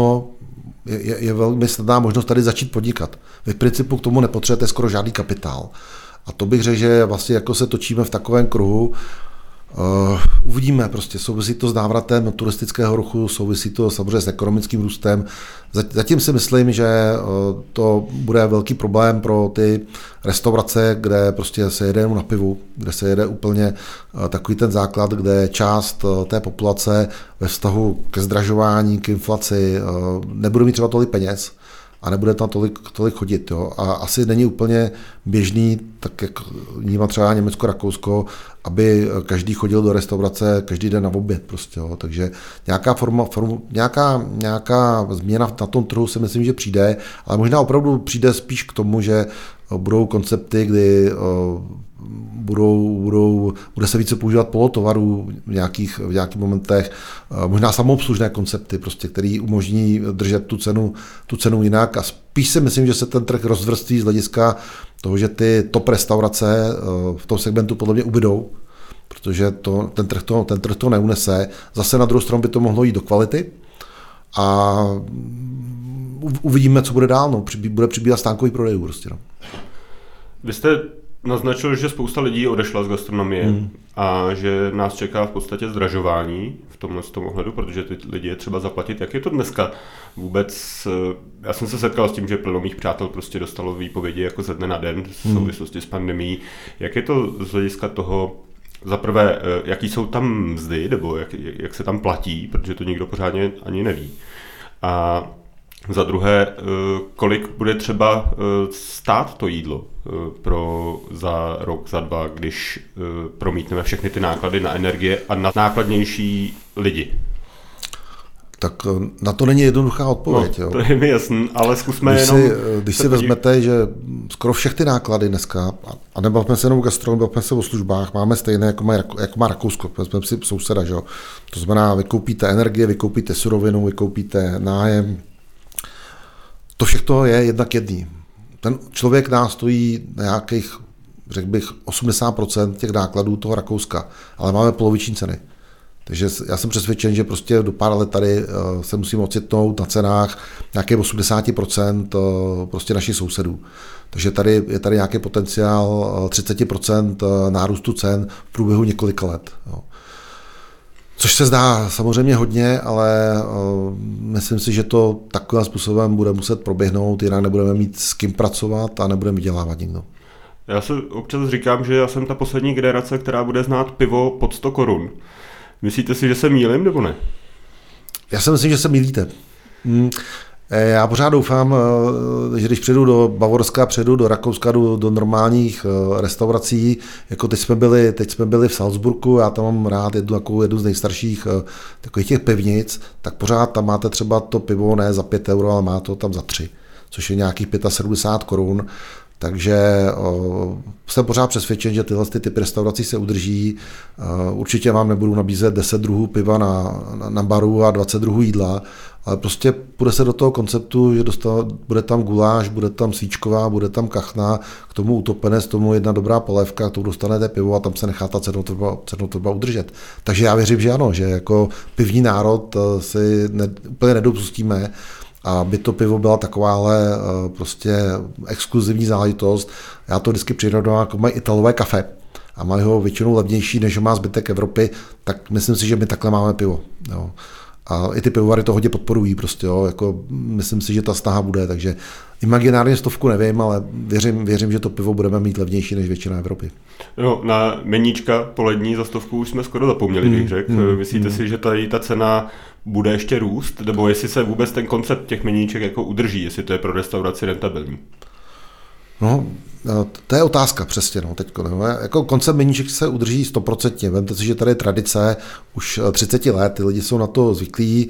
snadná možnost tady začít podnikat. Vy v principu k tomu nepotřebujete skoro žádný kapitál. A to bych řekl, že vlastně jako se točíme v takovém kruhu. Uvidíme, prostě souvisí to s návratem turistického ruchu, souvisí to samozřejmě s ekonomickým růstem. Zatím si myslím, že to bude velký problém pro ty restaurace, kde prostě se jede na pivu, kde se jede úplně takový ten základ, kde část té populace ve vztahu ke zdražování, k inflaci nebude mít třeba tolik peněz a nebude tam tolik chodit. Jo. A asi není úplně běžný, tak jak vnímá třeba Německo, Rakousko, aby každý chodil do restaurace každý den na oběd. Prostě, jo. Takže nějaká změna na tom trhu si myslím, že přijde, ale možná opravdu přijde spíš k tomu, že budou koncepty, kdy bude se více používat polotovarů v nějakých momentech, možná samoobslužné koncepty, prostě, který umožní držet tu cenu jinak a spíš si myslím, že se ten trh rozvrství z hlediska toho, že ty top restaurace v tom segmentu podle mě ubydou, protože ten trh to neunese. Zase na druhou stranu by to mohlo jít do kvality a uvidíme, co bude dál. No. Bude přibývat stánkový prodejů. Prostě, no. Vy jste naznačil, že spousta lidí odešla z gastronomie a že nás čeká v podstatě zdražování v tom ohledu, protože ty lidi je třeba zaplatit. Jak je to dneska vůbec? Já jsem se setkal s tím, že plno mých přátel prostě dostalo výpovědi jako ze dne na den v souvislosti s pandemií. Jak je to z hlediska toho, za prvé, jaký jsou tam mzdy, nebo jak se tam platí, protože to nikdo pořádně ani neví. A za druhé, kolik bude třeba stát to jídlo za rok, za dva, když promítneme všechny ty náklady na energie a na nákladnější lidi? Tak na to není jednoduchá odpověď. No, to je mi jasný, ale zkusme Když si vezmete, že skoro všechny náklady dneska, a nebavme se jenom o gastronomii, bavme se o službách, máme stejné, jako má Rakousko, vezmeme si souseda, že jo? To znamená, vykoupíte energie, vykoupíte surovinu, vykoupíte nájem. To všechno je jednak jedný. Ten člověk nás stojí nějakých, řekl bych, 80% těch nákladů toho Rakouska, ale máme poloviční ceny. Takže já jsem přesvědčen, že prostě do pár let tady se musíme ocitnout na cenách nějakých 80% prostě našich sousedů. Takže je tady nějaký potenciál 30% nárůstu cen v průběhu několika let. Jo. Což se zdá samozřejmě hodně, ale myslím si, že to takovým způsobem bude muset proběhnout, jinak nebudeme mít s kým pracovat a nebudeme vydělávat nikdo. Já se občas říkám, že já jsem ta poslední generace, která bude znát pivo pod 100 korun. Myslíte si, že se mýlím, nebo ne? Já si myslím, že se mýlíte. Já pořád doufám, že když přijedu do Bavorska, přijedu do Rakouska, do normálních restaurací, jako teď jsme byli v Salzburgu, já tam mám rád jednu z nejstarších takových těch pivnic, tak pořád tam máte třeba to pivo ne za 5 euro, ale má to tam za 3, což je nějakých 75 korun. Takže jsem pořád přesvědčen, že tyhle typy restaurací se udrží. Určitě vám nebudu nabízet 10 druhů piva na baru a 20 druhů jídla, ale prostě půjde se do toho konceptu, že bude tam guláš, bude tam svíčková, bude tam kachna, k tomu utopenec, k tomu jedna dobrá polévka, k tomu dostanete pivo a tam se nechá ta cenotvorba udržet. Takže já věřím, že ano, že jako pivní národ si úplně nedopustíme, aby to pivo byla takováhle prostě exkluzivní záležitost. Já to vždycky přirovnám, jako mají Italové kafe a mají ho většinou levnější, než má zbytek Evropy, tak myslím si, že my takhle máme pivo. Jo. A i ty pivovary to hodně podporují prostě, jo. Jako, myslím si, že ta snaha bude, takže imaginárně 100 nevím, ale věřím, že to pivo budeme mít levnější než většina Evropy. No, na meníčka polední za 100 už jsme skoro zapomněli, bych řekl. Myslíte si, že tady ta cena bude ještě růst, nebo jestli se vůbec ten koncept těch meníček jako udrží, jestli to je pro restauraci rentabilní? No, to je otázka přesně, no, teďko. No, jako koncept meníček se udrží 100%. Vemte si, že tady je tradice už 30 let, ty lidi jsou na to zvyklí,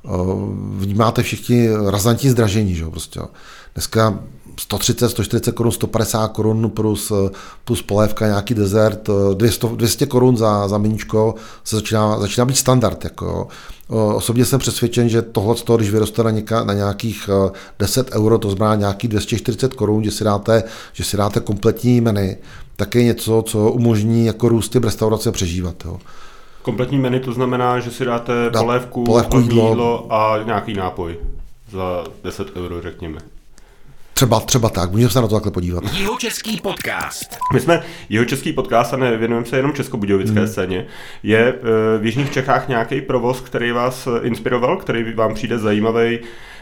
vnímáte všichni razantní zdražení, že? Prostě. Dneska 130, 140 korun, 150 korun plus polévka, nějaký dezert, 200 korun za meníčko se začíná být standard. Jako. Osobně jsem přesvědčen, že tohle, když vyroste na nějakých 10 euro, to znamená nějakých 240 korun, že si dáte kompletní menu, tak je něco, co umožní jako růst těm restaurace přežívat. Jo. Kompletní menu to znamená, že si dáte polévku jídlo a nějaký nápoj za 10 euro, řekněme. Třeba tak, můžeme se na to takhle podívat. Jihočeský podcast. My jsme Jihočeský podcast a nevěnujeme se jenom českobudějovické scéně. Je v jižních Čechách nějaký provoz, který vás inspiroval, který vám přijde zajímavý,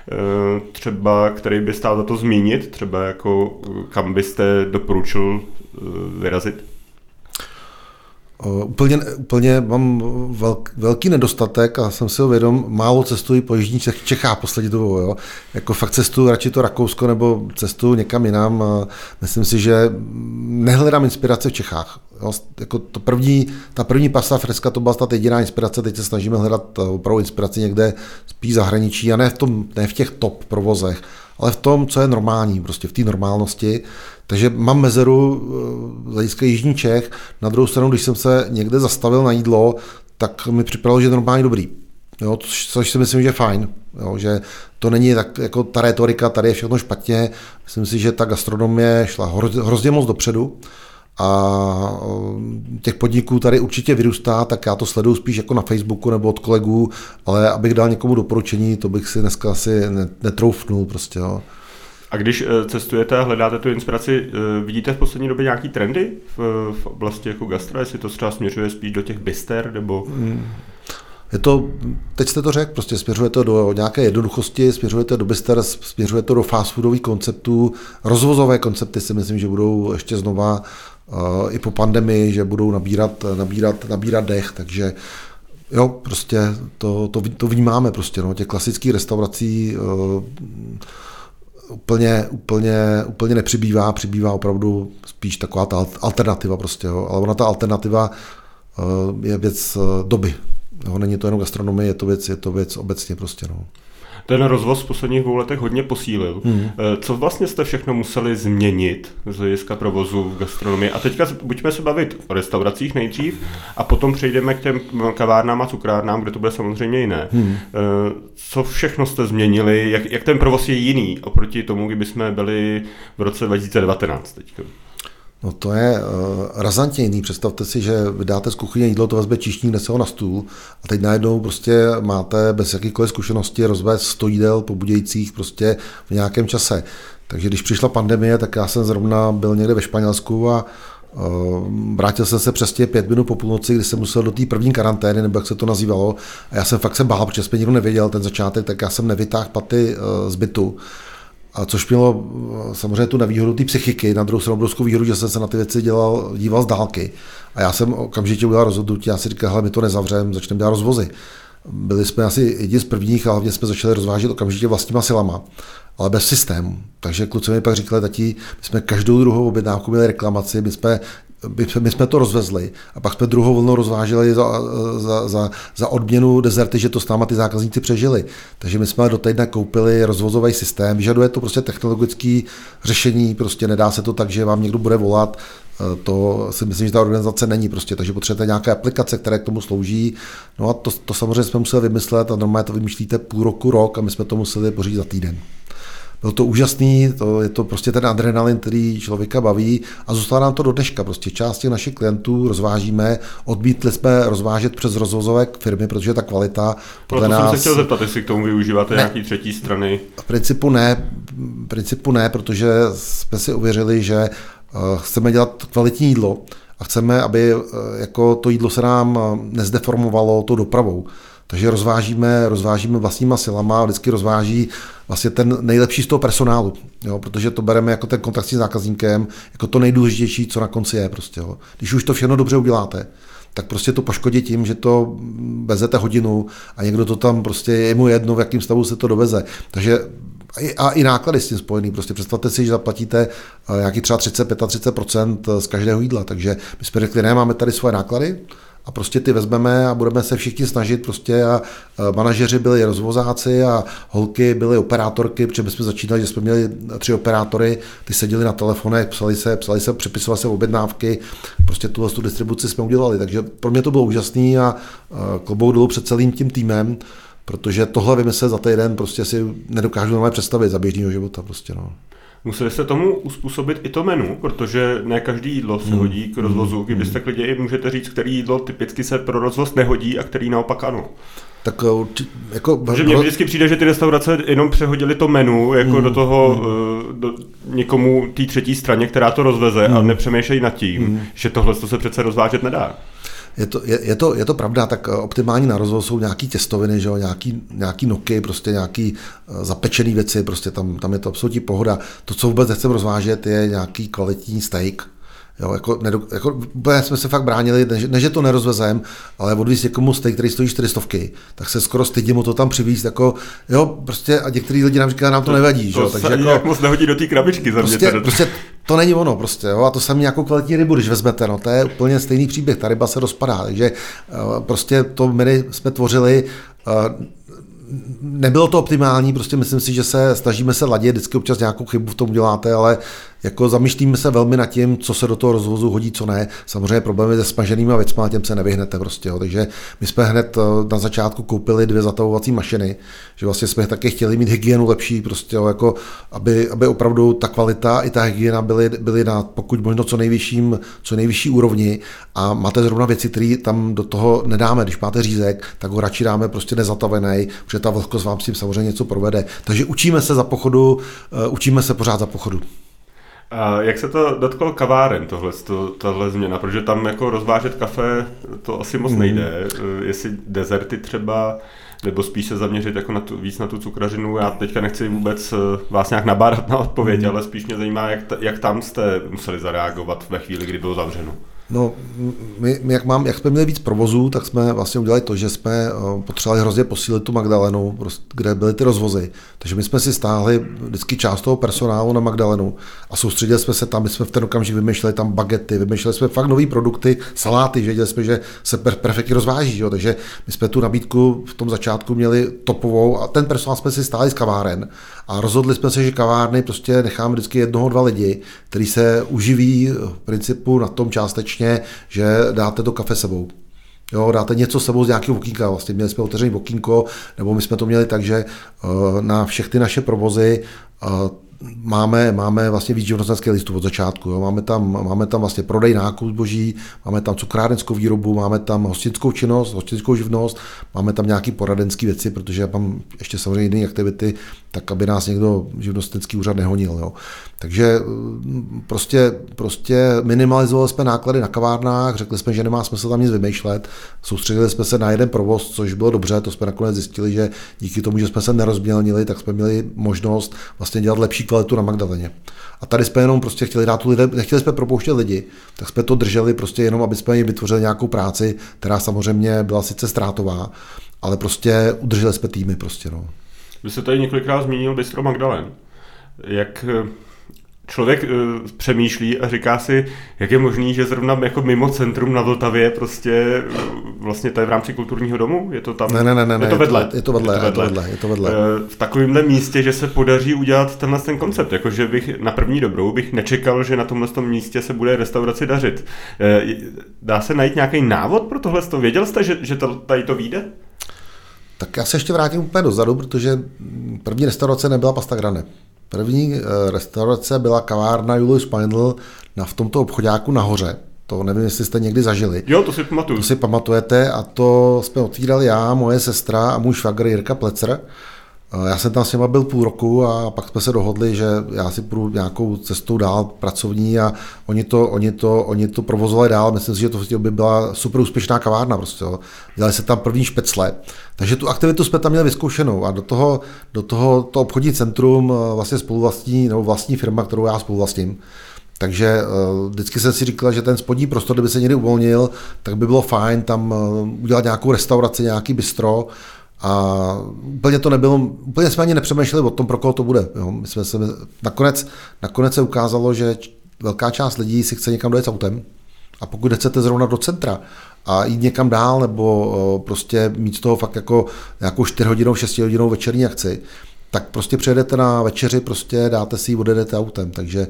třeba který by stál za to zmínit, třeba jako kam byste doporučil vyrazit? Úplně mám velký nedostatek a jsem si ho vědom, málo cestuji po jižních Čechách poslední dobou. Jo. Jako fakt cestuji radši to Rakousko nebo cestuji někam jinam. A myslím si, že nehledám inspirace v Čechách. Jo. Jako ta první pasta freska, to byla ta jediná inspirace, teď se snažíme hledat opravdu inspiraci někde spíš zahraničí a ne v těch top provozech, ale v tom, co je normální, prostě v té normálnosti. Takže mám mezeru z hlediska jižní Čech. Na druhou stranu, když jsem se někde zastavil na jídlo, tak mi připadalo, že je normálně dobrý. Jo, což si myslím, že je fajn. Jo, že to není tak jako ta rétorika, tady je všechno špatně. Myslím si, že ta gastronomie šla hrozně moc dopředu a těch podniků tady určitě vyrůstá, tak já to sleduju spíš jako na Facebooku nebo od kolegů, ale abych dal někomu doporučení, to bych si dneska asi netroufnul prostě. Jo. A když cestujete a hledáte tu inspiraci, vidíte v poslední době nějaký trendy v oblasti jako gastra, jestli to třeba směřuje spíš do těch bister, nebo... Teď jste to řekl, prostě směřujete do nějaké jednoduchosti, směřujete do bister, směřujete do fast foodových konceptů, rozvozové koncepty si myslím, že budou ještě znova i po pandemii, že budou nabírat dech, takže jo, prostě to vnímáme prostě, no, těch klasických restaurací úplně nepřibývá, přibývá opravdu spíš taková ta alternativa prostě, jo. Ale ona ta alternativa je věc doby. Jo. Není to jenom gastronomie, je to věc obecně prostě. No. Ten rozvoz v posledních 2 letech hodně posílil. Co vlastně jste všechno museli změnit z hlediska provozu v gastronomii? A teďka buďme se bavit o restauracích nejdřív a potom přejdeme k těm kavárnám a cukrárnám, kde to bude samozřejmě jiné. Co všechno jste změnili? Jak ten provoz je jiný oproti tomu, kdyby jsme byli v roce 2019 teďka? No to je razantně jiný. Představte si, že vydáte z kuchyně jídlo, to vezme číšník, nese ho na stůl a teď najednou prostě máte bez jakýchkoliv zkušenosti rozvést 100 jídel po Budějcích prostě v nějakém čase. Takže když přišla pandemie, tak já jsem zrovna byl někde ve Španělsku a vrátil jsem se přesně 5 minut po půlnoci, kdy jsem musel do té první karantény, nebo jak se to nazývalo. A já jsem fakt se bál, protože jsme nikdo nevěděl ten začátek, tak já jsem nevytáhl paty z bytu. A což mělo samozřejmě tu nevýhodu té psychiky, na druhou stranu obrovskou výhodu, že jsem se na ty věci díval z dálky. A já jsem okamžitě udělal rozhodnutí, já si říkal, hele, my to nezavřeme, začneme dělat rozvozy. Byli jsme asi jedni z prvních a hlavně jsme začali rozvážet okamžitě vlastníma silama, ale bez systému. Takže kluci mi pak říkali, tati, my jsme každou druhou objednávku měli reklamaci, my jsme to rozvezli a pak jsme druhou vlnu rozváželi za odměnu dezerty, že to s náma ty zákazníci přežili. Takže my jsme do týdne koupili rozvozový systém, vyžaduje to prostě technologické řešení, prostě nedá se to tak, že vám někdo bude volat, to si myslím, že ta organizace není prostě, takže potřebujete nějaké aplikace, které k tomu slouží. No a to samozřejmě jsme museli vymyslet a normálně to vymýšlíte půl roku, rok a my jsme to museli pořídit za týden. Bylo to úžasný, je to prostě ten adrenalin, který člověka baví a zůstalo nám to do dneška. Prostě část těch našich klientů rozvážíme, odmítli jsme rozvážet přes rozvozové firmy, protože ta kvalita podle nás... jsem se chtěl zeptat, jestli k tomu využíváte nějaký třetí strany. V principu ne, protože jsme si uvěřili, že chceme dělat kvalitní jídlo a chceme, aby jako to jídlo se nám nezdeformovalo tou dopravou. Takže rozvážíme vlastníma silama a vždycky rozváží vlastně ten nejlepší z toho personálu, jo, protože to bereme jako ten kontakt s zákazníkem, jako to nejdůležitější, co na konci je prostě. Jo. Když už to všechno dobře uděláte, tak prostě to poškodí tím, že to vezete hodinu a někdo to tam prostě je mu jedno, v jakém stavu se to doveze. Takže a i náklady s tím spojený. Prostě představte si, že zaplatíte nějaký třeba 30-35% z každého jídla. Takže my jsme řekli, ne, máme tady svoje náklady a prostě ty vezmeme a budeme se všichni snažit prostě a manažeři byli rozvozáci a holky byly operátorky, protože my jsme začínali, že jsme měli 3 operátory, ty seděli na telefonech, psali se, přepisovali se objednávky, prostě tu distribuci jsme udělali. Takže pro mě to bylo úžasný a klobouk dolů před celým tím týmem, protože tohle vymyslet za týden prostě si nedokážu normálně představit za běžného života prostě, no. Museli jste tomu uspůsobit i to menu, protože ne každý jídlo se hodí k rozvozu. Kdybyste klidně i můžete říct, který jídlo typicky se pro rozvoz nehodí a který naopak ano. Tak jako... Protože mně vždycky přijde, že ty restaurace jenom přehodili to menu jako do toho do někomu té třetí straně, která to rozveze a nepřemýšlejí nad tím, že tohle se přece rozvážet nedá. Je to pravda, tak optimální na rozvoz jsou nějaký těstoviny, že jo, nějaký noky, prostě nějaký zapečený věci, prostě tam je to absolutní pohoda. To, co vůbec nechcem rozvážet, je nějaký kvalitní steak, Jo, jako jsme se fakt bránili, ne, že to nerozvezem, ale odvízt někomu steak, který stojí 400, tak se skoro stydím mu to tam přivízt, jako, jo, prostě a některý lidi nám říkají, nám to nevadí, to takže jako jak moc nehodí do té krabičky za mě. Prostě to není ono, prostě, jo, a to samé nějakou kvalitní rybu, když vezmete, no, to je úplně stejný příběh, ta ryba se rozpadá, takže prostě to my jsme tvořili, nebylo to optimální, prostě myslím si, že snažíme se ladit, vždycky občas nějakou chybu v tom děláte, ale jako zamýšlíme se velmi nad tím, co se do toho rozvozu hodí, co ne. Samozřejmě problémy se smaženýma věcma, těm se nevyhnete prostě, jo. Takže my jsme hned na začátku koupili 2 zatavovací mašiny, že vlastně jsme taky chtěli mít hygienu lepší, prostě, jo, jako aby opravdu ta kvalita i ta hygiena byly na pokud možno co nejvyšší úrovni a máte zrovna věci, které tam do toho nedáme. Když máte řízek, tak ho radši dáme prostě nezatavený, protože ta vlhkost vám s tím samozřejmě něco provede. Takže učíme se pořád za pochodu. A jak se to dotklo kaváren, tohle změna, protože tam jako rozvážet kafe to asi moc nejde, jestli dezerty třeba, nebo spíš se zaměřit jako víc na tu cukrařinu. Já teďka nechci vůbec vás nějak nabádat na odpověď, ale spíš mě zajímá, jak tam jste museli zareagovat ve chvíli, kdy bylo zavřeno. No, my jak jsme měli víc provozů, tak jsme vlastně udělali to, že jsme potřebovali hrozně posílit tu Magdalenu, kde byly ty rozvozy. Takže my jsme si stáhli vždycky část toho personálu na Magdalenu a soustředili jsme se tam, my jsme v ten okamžik vymýšleli tam bagety, vymýšleli jsme fakt nový produkty, saláty, že věděli jsme, že se perfektně rozváží, jo? Takže my jsme tu nabídku v tom začátku měli topovou a ten personál jsme si stáhli z kaváren a rozhodli jsme se, že kavárny prostě necháme vždycky 1-2 lidi, kteří se uživí v principu na tom částečně, že dáte to kafe sebou. Jo, dáte něco sebou z nějakého okýnka. Vlastně měli jsme otevřené okýnko, nebo my jsme to měli tak, že na všechny naše provozy máme vlastně víc živnostenských listů od začátku. Jo. Máme tam vlastně prodej, nákup zboží, máme tam cukrárenskou výrobu, máme tam hostinskou činnost, hostinskou živnost, máme tam nějaké poradenské věci, protože mám ještě samozřejmě jiné aktivity, tak aby nás někdo živnostenský úřad nehonil. Jo. Takže prostě minimalizovali jsme náklady na kavárnách, řekli jsme, že nemá smysl tam nic vymýšlet, soustředili jsme se na jeden provoz, což bylo dobře, to jsme nakonec zjistili, že díky tomu, že jsme se nerozmělnili, tak jsme měli možnost vlastně dělat lepší kvalitu na Magdaleně. A tady jsme jenom prostě chtěli dát lidem, nechtěli jsme propouštět lidi, tak jsme to drželi prostě jenom, aby jsme jim vytvořili nějakou práci, která samozřejmě byla sice ztrátová, ale prostě udrželi jsme týmy prostě, no. Vy jste tady několikrát zmínil Bistro Magdalen. Jak člověk přemýšlí a říká si, jak je možný, že zrovna jako mimo centrum na Vltavě prostě vlastně to je v rámci kulturního domu? Je to tam? Ne, je to vedle. Je to vedle. V takovémhle místě, že se podaří udělat ten koncept, jakože bych na první dobrou bych nečekal, že na tomhle místě se bude restauraci dařit. Dá se najít nějaký návod pro tohle? Věděl jste, že tady to vyjde? Tak já se ještě vrátím úplně dozadu, protože první restaurace nebyla Pasta Grande. První restaurace byla kavárna Julius Spindl v tomto obchodáku nahoře. To nevím, jestli jste někdy zažili. Jo, to si pamatuju. To si pamatujete a to jsme otvírali já, moje sestra a můj švagr Jirka Plecer. Já jsem tam s nima byl půl roku a pak jsme se dohodli, že já si půjdu nějakou cestou dál pracovní a oni to provozovali dál. Myslím si, že to by byla super úspěšná kavárna. Prostě, jo. Dělali se tam první špecle. Takže tu aktivitu jsme tam měli vyzkoušenou a do toho to obchodní centrum vlastně spoluvlastní, nebo vlastní firma, kterou já spoluvlastním. Takže vždycky jsem si říkal, že ten spodní prostor, kdyby se někdy uvolnil, tak by bylo fajn tam udělat nějakou restauraci, nějaký bistro. A úplně jsme ani nepřemýšleli o tom, pro koho to bude. Jo. Nakonec se ukázalo, že velká část lidí si chce někam dojet s autem a pokud nechcete zrovna do centra a jít někam dál nebo prostě mít z toho fakt jako nějakou 4hodinovou, 6hodinovou večerní akci, tak prostě přijedete na večeři, prostě dáte si ji, odjedete autem. Takže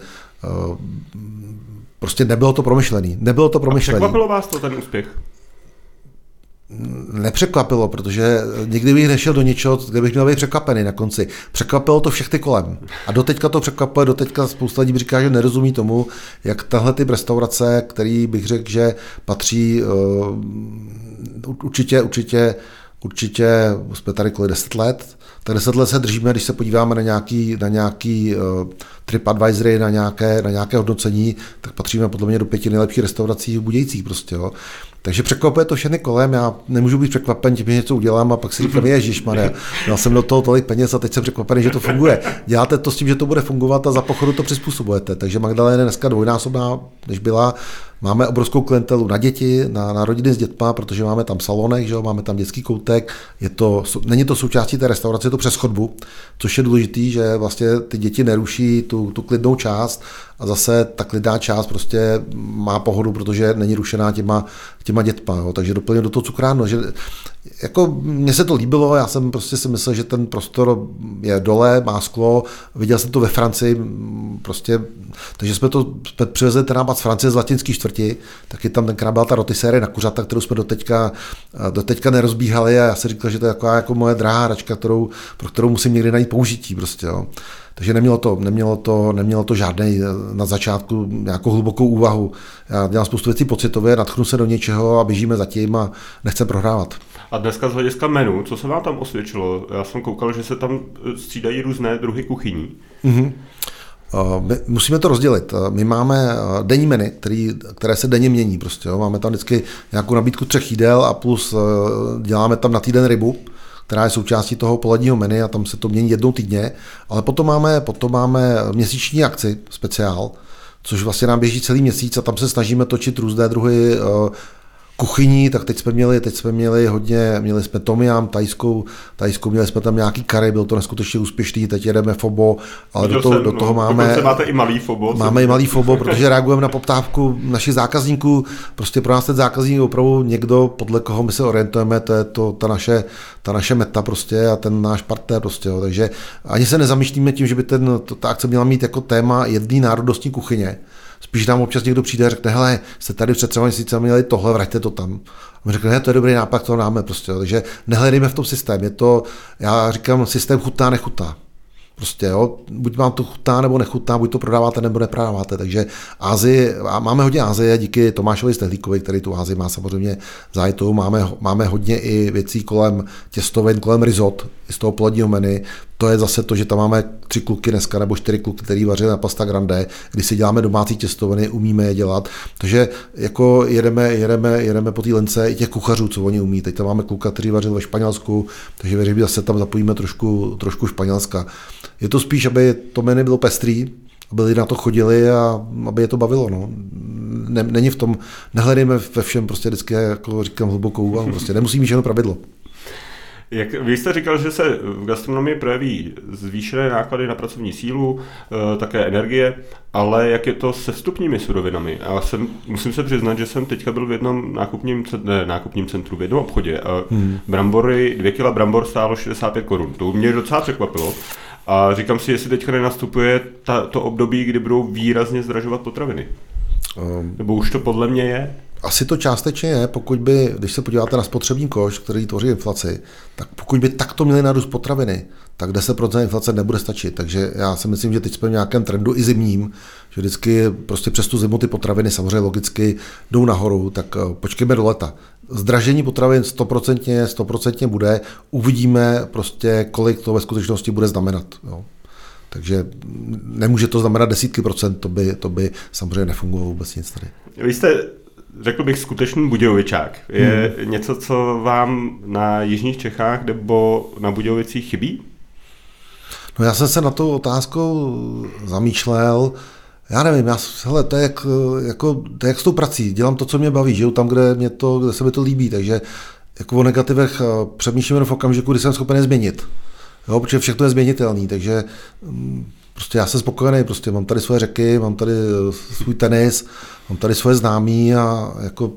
prostě nebylo to promyšlený. A překvapilo vás to ten úspěch? Nepřekvapilo, protože nikdy bych nešel do něčeho, kde bych měl být překvapený na konci. Překvapilo to všechny kolem. A doteďka to překvapuje, doteďka spousta lidí říká, že nerozumí tomu, jak tahle ty restaurace, který bych řekl, že patří určitě jsme tady kvůli 10 let, tak 10 let se držíme, když se podíváme na nějaký TripAdvisory, na nějaké hodnocení, tak patříme podle mě do 5 nejlepších restaurací v Budějcích prostě, jo. Takže překvapuje to všechny kolem, já nemůžu být překvapen tím, že něco udělám a pak si říkám, ježišmarja, měl jsem do toho tolik peněz a teď jsem překvapený, že to funguje. Děláte to s tím, že to bude fungovat a za pochodu to přizpůsobujete. Takže Magdalena je dneska dvojnásobná, než byla. Máme obrovskou klientelu na děti, na rodiny s dětma, protože máme tam salonek, že jo, máme tam dětský koutek. Není to součástí té restaurace, je to přes chodbu, což je důležitý, že vlastně ty děti neruší tu klidnou část a zase ta klidná část prostě má pohodu, protože není rušená těma dětma. Jo. Takže doplně do toho cukrárnu. Že, jako mně se to líbilo, já jsem prostě si myslel, že ten prostor je dole, má sklo, viděl jsem to ve Francii, prostě, takže jsme přivezli ten nápad z Francie z latinské čtvrti, taky tam tenkrát byla ta rotisserie na kuřata, kterou jsme doteďka nerozbíhali a já si říkal, že to je jako moje drahá hračka, pro kterou musím někdy najít použití prostě, jo. Takže nemělo to žádnej na začátku nějakou hlubokou úvahu. Já dělám spoustu věcí pocitově, nadchnu se do něčeho a běžíme za tím a nechcem prohrávat. A dneska z hlediska menu, co se vám tam osvědčilo? Já jsem koukal, že se tam střídají různé druhy kuchyní. Mm-hmm. Musíme to rozdělit. My máme denní menu, které se denně mění. Prostě, jo. Máme tam vždycky nějakou nabídku 3 jídel a plus děláme tam na týden rybu, která je součástí toho poledního menu a tam se to mění jednou týdně. Ale potom máme měsíční akci, speciál, což vlastně nám běží celý měsíc a tam se snažíme točit různé druhy kuchyní, tak teď jsme měli hodně, měli jsme tom yum, tajskou, měli jsme tam nějaký curry, byl to neskutečně úspěšný, teď jedeme fobo, ale do toho máme i malý fobo. Máme i malý fobo, protože reagujeme na poptávku našich zákazníků, prostě pro nás ten zákazník je opravdu někdo, podle koho my se orientujeme, to je ta naše meta prostě a ten náš partner prostě, jo. Takže ani se nezamýšlíme tím, že by ta akce měla mít jako téma jedné národnostní kuchyně. Spíš nám občas někdo přijde a řekne, hele, jste tady před 3 měsíci měli tohle, vraťte to tam. A my řekneme, to je dobrý nápad, to dáme prostě. Takže nehledejme v tom systém. Je to, já říkám, systém chutná, nechutná. Prostě, jo, buď vám to chutná nebo nechutná, buď to prodáváte nebo neprodáváte. Takže Asii, máme hodně Asie, díky Tomášovi Stehlíkovi, který tu Asii má samozřejmě zajitou. Máme hodně i věcí kolem těstovin, kolem risot, z toho poledního menu. To je zase to, že tam máme 3 kluky dneska, nebo 4 kluky, který vaří na pasta grande, kdy si děláme domácí těstoviny, umíme je dělat. Takže jako jedeme po té lence i těch kuchařů, co oni umí. Teď tam máme kluka, který vařil ve Španělsku, takže věřím, že zase tam zapojíme trošku Španělska. Je to spíš, aby to menu bylo pestrý, aby lidi na to chodili a aby je to bavilo. No. Není v tom, nehledejme ve všem prostě vždycky, jako říkám, hlubokou úvahu. Prostě nemusí mít žádné pravidlo. Vy jste říkal, že se v gastronomii projeví zvýšené náklady na pracovní sílu, také energie, ale jak je to se vstupními surovinami? Musím se přiznat, že jsem teďka byl v jednom nákupním centru, v jednom obchodě a 2 kg brambor stálo 65 korun. To mě docela překvapilo. A říkám si, jestli teďka nenastupuje to období, kdy budou výrazně zdražovat potraviny. Nebo už to podle mě je? Asi to částečně je, když se podíváte na spotřební koš, který tvoří inflaci, tak pokud by takto měli nárůst potraviny, tak 10% inflace nebude stačit. Takže já si myslím, že teď jsme v nějakém trendu i zimním, že vždycky prostě přes tu zimu ty potraviny samozřejmě logicky jdou nahoru, tak počkejme do leta. Zdražení potravin 100% bude, uvidíme prostě, kolik to ve skutečnosti bude znamenat. Jo. Takže nemůže to znamenat desítky procent, to by samozřejmě nefungovalo vůbec nic tady. Vy jste, řekl bych, skutečný Budějovičák. Je něco, co vám na jižních Čechách nebo na Budějovicích chybí? No já jsem se na tou otázkou zamýšlel. Já nevím, to je jak s tou prací. Dělám to, co mě baví, žiju tam, kde se mi to líbí, takže jako o negativech přemýšlím jen v okamžiku, kdy jsem schopen je změnit. Jo, protože všechno je změnitelný, takže prostě já jsem spokojený, prostě mám tady svoje řeky, mám tady svůj tenis, mám tady svoje známí a jako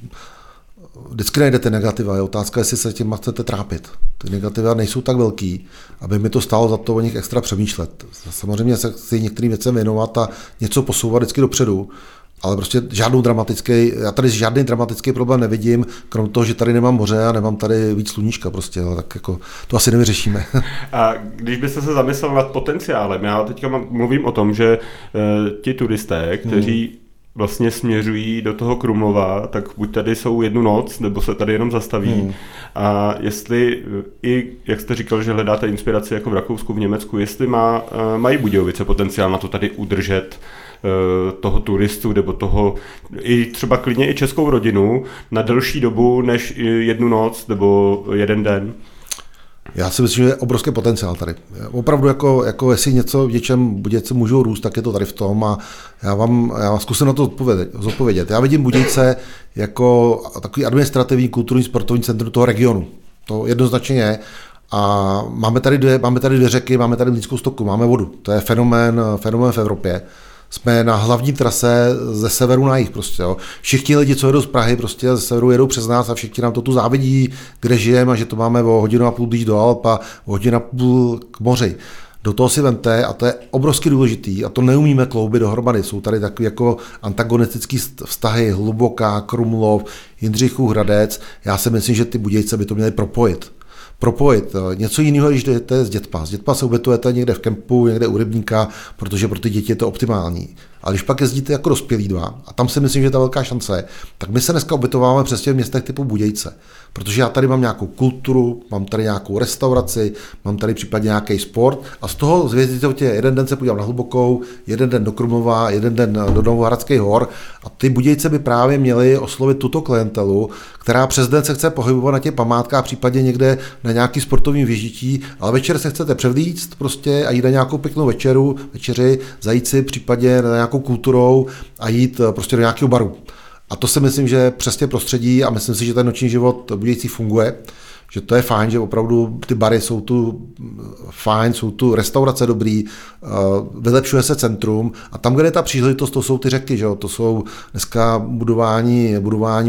vždycky najdete negativa. Je otázka, jestli se tím chcete trápit. Ty negativa nejsou tak velký, aby mi to stálo za to o nich extra přemýšlet. Samozřejmě se chci některým věcem věnovat a něco posouvat vždycky dopředu, ale prostě já tady žádný dramatický problém nevidím, krom toho, že tady nemám moře a nemám tady víc sluníčka prostě, ale tak jako to asi nevyřešíme. A když byste se zamyslel nad potenciálem, já teďka mluvím o tom, že ti turisté, kteří vlastně směřují do toho Krumlova, tak buď tady jsou 1 noc, nebo se tady jenom zastaví. A jestli i, jak jste říkal, že hledáte inspiraci jako v Rakousku, v Německu, jestli mají Budějovice potenciál na to tady udržet toho turistu nebo toho i třeba klidně i českou rodinu na delší dobu než jednu noc nebo jeden den? Já si myslím, že je obrovský potenciál tady. Opravdu jako jestli něco v něčem Budějce můžou růst, tak je to tady v tom a já vám zkusím na to zodpovědět. Já vidím Budějce jako takový administrativní, kulturní, sportovní centrum toho regionu. To jednoznačně je. A máme tady dvě řeky, máme tady Mlýnskou stoku, máme vodu. To je fenomén v Evropě. Jsme na hlavní trase ze severu na jih prostě, jo. Všichni lidi, co jedou z Prahy, prostě ze severu jedou přes nás a všichni nám to tu závidí, kde žijeme a že to máme o hodinu a půl blíž do Alp a o hodinu a půl k moři. Do toho si vemte, a to je obrovsky důležitý, a to neumíme kloubit dohromady. Jsou tady takové jako antagonistické vztahy, Hluboká, Krumlov, Jindřichův Hradec. Já si myslím, že ty Budějce by to měly propojit. Něco jiného, když jdete z Dětpa. Z Dětpa se ubytujete někde v kempu, někde u rybníka, protože pro ty děti je to optimální. Ale když pak jezdíte jako dospělí dva, a tam si myslím, že je ta velká šance, tak my se dneska ubytováme přesně v městech typu Budějce. Protože já tady mám nějakou kulturu, mám tady nějakou restauraci, mám tady případně nějaký sport a z toho zvězdíte jeden den se podívám na Hlubokou, jeden den do Krumlova, jeden den do Novohradských hor a ty Budějce by právě měly oslovit tuto klientelu, která přes den se chce pohybovat na těch památkách, případně někde na nějaký sportovním vyžití, ale večer se chcete převlíct prostě a jít na nějakou pěknou večeři, zajít si případně na nějakou kulturou a jít prostě do nějakého baru. A to si myslím, že přesně prostředí a myslím si, že ten noční život Budějcí funguje, že to je fajn, že opravdu ty bary jsou tu fajn, jsou tu restaurace dobrý, vylepšuje se centrum a tam, kde je ta příležitost, to jsou ty řeky, že jo? To jsou dneska budování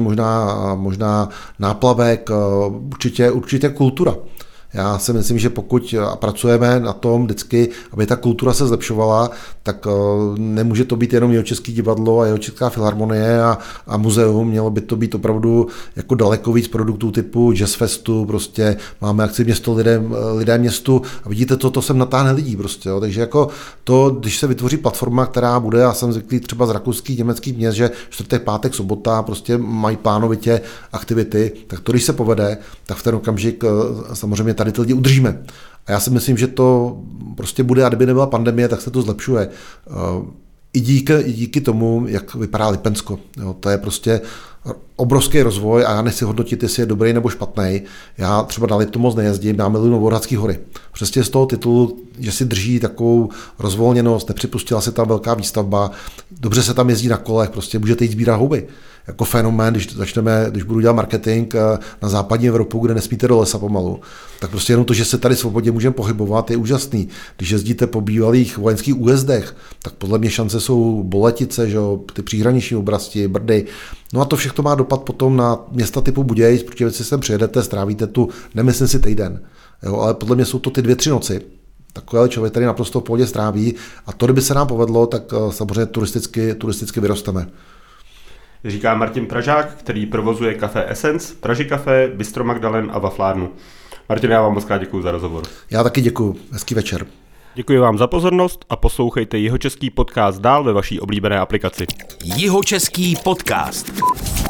možná náplavek, určitě kultura. Já si myslím, že pokud pracujeme na tom vždycky, aby ta kultura se zlepšovala, tak nemůže to být jenom Jihočeský divadlo a Jihočeská filharmonie a muzeum, mělo by to být opravdu jako daleko víc produktů typu jazzfestu, prostě máme akci Město lidé městu a vidíte, to sem natáhne lidí prostě, jo. Takže jako to, když se vytvoří platforma, která bude, já jsem zvyklý třeba z rakouských, německých měst, že čtvrtek, pátek, sobota prostě mají plánovitě aktivity, tak to, když se povede, tak v ten okamžik samozřejmě tady ty lidi udržíme. A já si myslím, že to prostě bude, a kdyby nebyla pandemie, tak se to zlepšuje. I díky tomu, jak vypadá Lipensko. Jo, to je prostě obrovský rozvoj a já nechci hodnotit, jestli je dobrý nebo špatný. Já třeba na Lipto moc nejezdím, já miluji Novohradské hory. Přesně z toho titulu, že si drží takovou rozvolněnost, nepřipustila se tam velká výstavba, dobře se tam jezdí na kolech, prostě můžete jít sbírat houby. Jako fenomén, když budu dělat marketing na západní Evropu, kde nesmíte do lesa pomalu, tak prostě jenom to, že se tady svobodně můžeme pohybovat, je úžasný. Když jezdíte po bývalých vojenských újezdech, tak podle mě šance jsou Boletice, že jo, ty příhraniční oblasti, Brdy. No a to všechno má dopad potom na města typu Budějc, protože vy si sem přijedete, strávíte tu, nemyslím si týden, jo, ale podle mě jsou to ty 2-3 noci. Takové člověk tady naprosto v pohodě stráví a to, kdyby se nám povedlo, tak samozřejmě turisticky vyrosteme. Říká Martin Pražák, který provozuje kafe Essence, Praži Café, Bistro Magdalen a Waflárnu. Martin, já vám moc krát děkuji za rozhovor. Já taky děkuji. Hezký večer. Děkuji vám za pozornost a poslouchejte Jihočeský podcast dál ve vaší oblíbené aplikaci. Jihočeský podcast.